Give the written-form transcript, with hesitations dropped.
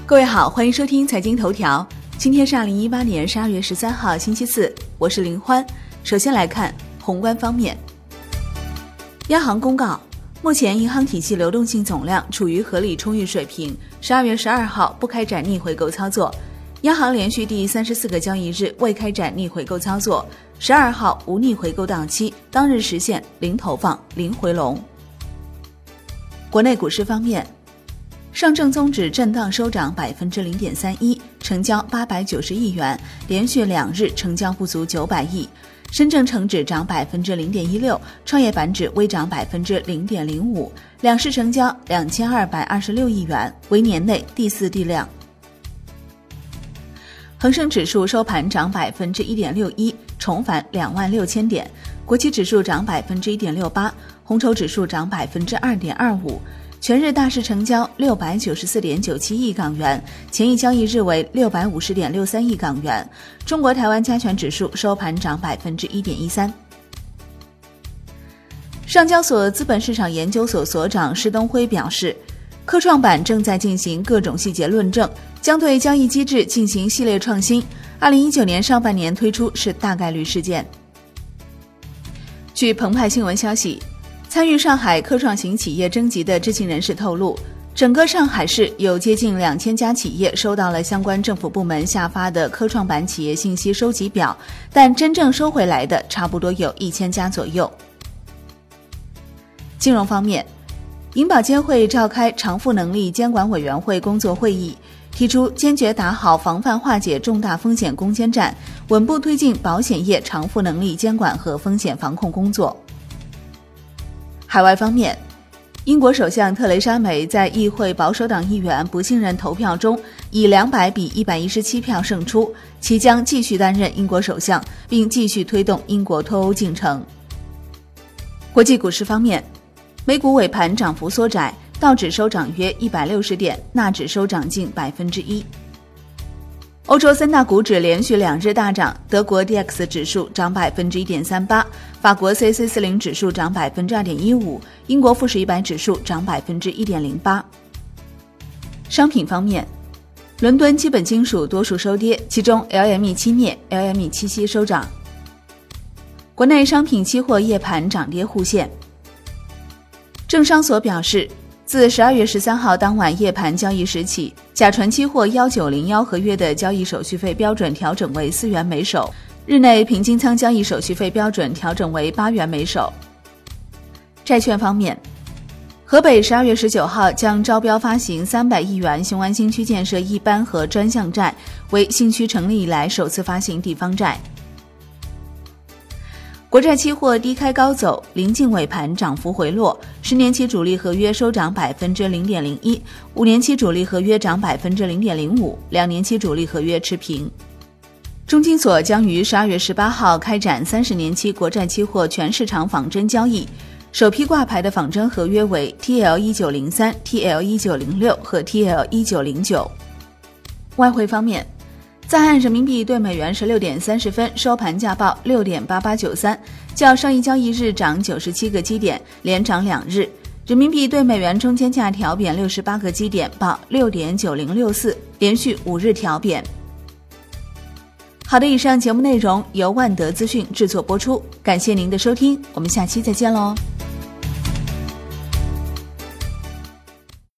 各位好，欢迎收听财经头条。今天是2018年12月13号星期四，我是林欢。首先来看宏观方面。央行公告，目前银行体系流动性总量处于合理充裕水平，12月12号不开展逆回购操作。央行连续第34个交易日未开展逆回购操作，12号无逆回购到期，当日实现零投放、零回笼。国内股市方面，上证综指震荡收涨 0.31%， 成交890亿元，连续2日成交不足900亿。深证成指涨 0.16%， 创业板指微涨 0.05%， 两市成交2226亿元，为年内第4地量。恒生指数收盘涨 1.61%， 重返26000点，国企指数涨 1.68%， 红筹指数涨 2.25%。全日大市成交 694.97 亿港元，前一交易日为 650.63 亿港元。中国台湾加权指数收盘涨 1.13%。上交所资本市场研究所所长施东辉表示，科创板正在进行各种细节论证，将对交易机制进行系列创新，2019年上半年推出是大概率事件。据澎湃新闻消息，参与上海科创型企业征集的知情人士透露，整个上海市有接近2000家企业收到了相关政府部门下发的科创板企业信息收集表，但真正收回来的差不多有1000家左右。金融方面，银保监会召开偿付能力监管委员会工作会议，提出坚决打好防范化解重大风险攻坚战，稳步推进保险业偿付能力监管和风险防控工作。海外方面，英国首相特蕾莎梅在议会保守党议员不信任投票中以200比117票胜出，其将继续担任英国首相，并继续推动英国脱欧进程。国际股市方面，美股尾盘涨幅缩窄，道指收涨约160点，纳指收涨近 1%。欧洲三大股指连续2日大涨，德国 DAX 指数涨 1.38%， 法国 CAC40 指数涨 2.15%， 英国富时100指数涨 1.08%。商品方面，伦敦基本金属多数收跌，其中 LME 期镍、LME 期锡收涨。国内商品期货夜盘涨跌互现。证商所表示，自12月13号当晚夜盘交易时起，甲醇期货1901合约的交易手续费标准调整为4元每手，日内平均仓交易手续费标准调整为8元每手。债券方面，河北12月19号将招标发行300亿元雄安新区建设一般和专项债，为新区成立以来首次发行地方债。国债期货低开高走，临近尾盘涨幅回落，10年期主力合约收涨 0.01%， 5年期主力合约涨 0.05%， 2年期主力合约持平。中金所将于12月18号开展30年期国债期货全市场仿真交易，首批挂牌的仿真合约为 TL1903、TL1906 和 TL1909。外汇方面，在岸人民币对美元16点30分收盘价报 6.8893， 较上一交易日涨97个基点，连涨2日。人民币对美元中间价调贬68个基点，报 6.9064， 连续5日调贬。好的，以上节目内容由万德资讯制作播出，感谢您的收听，我们下期再见喽。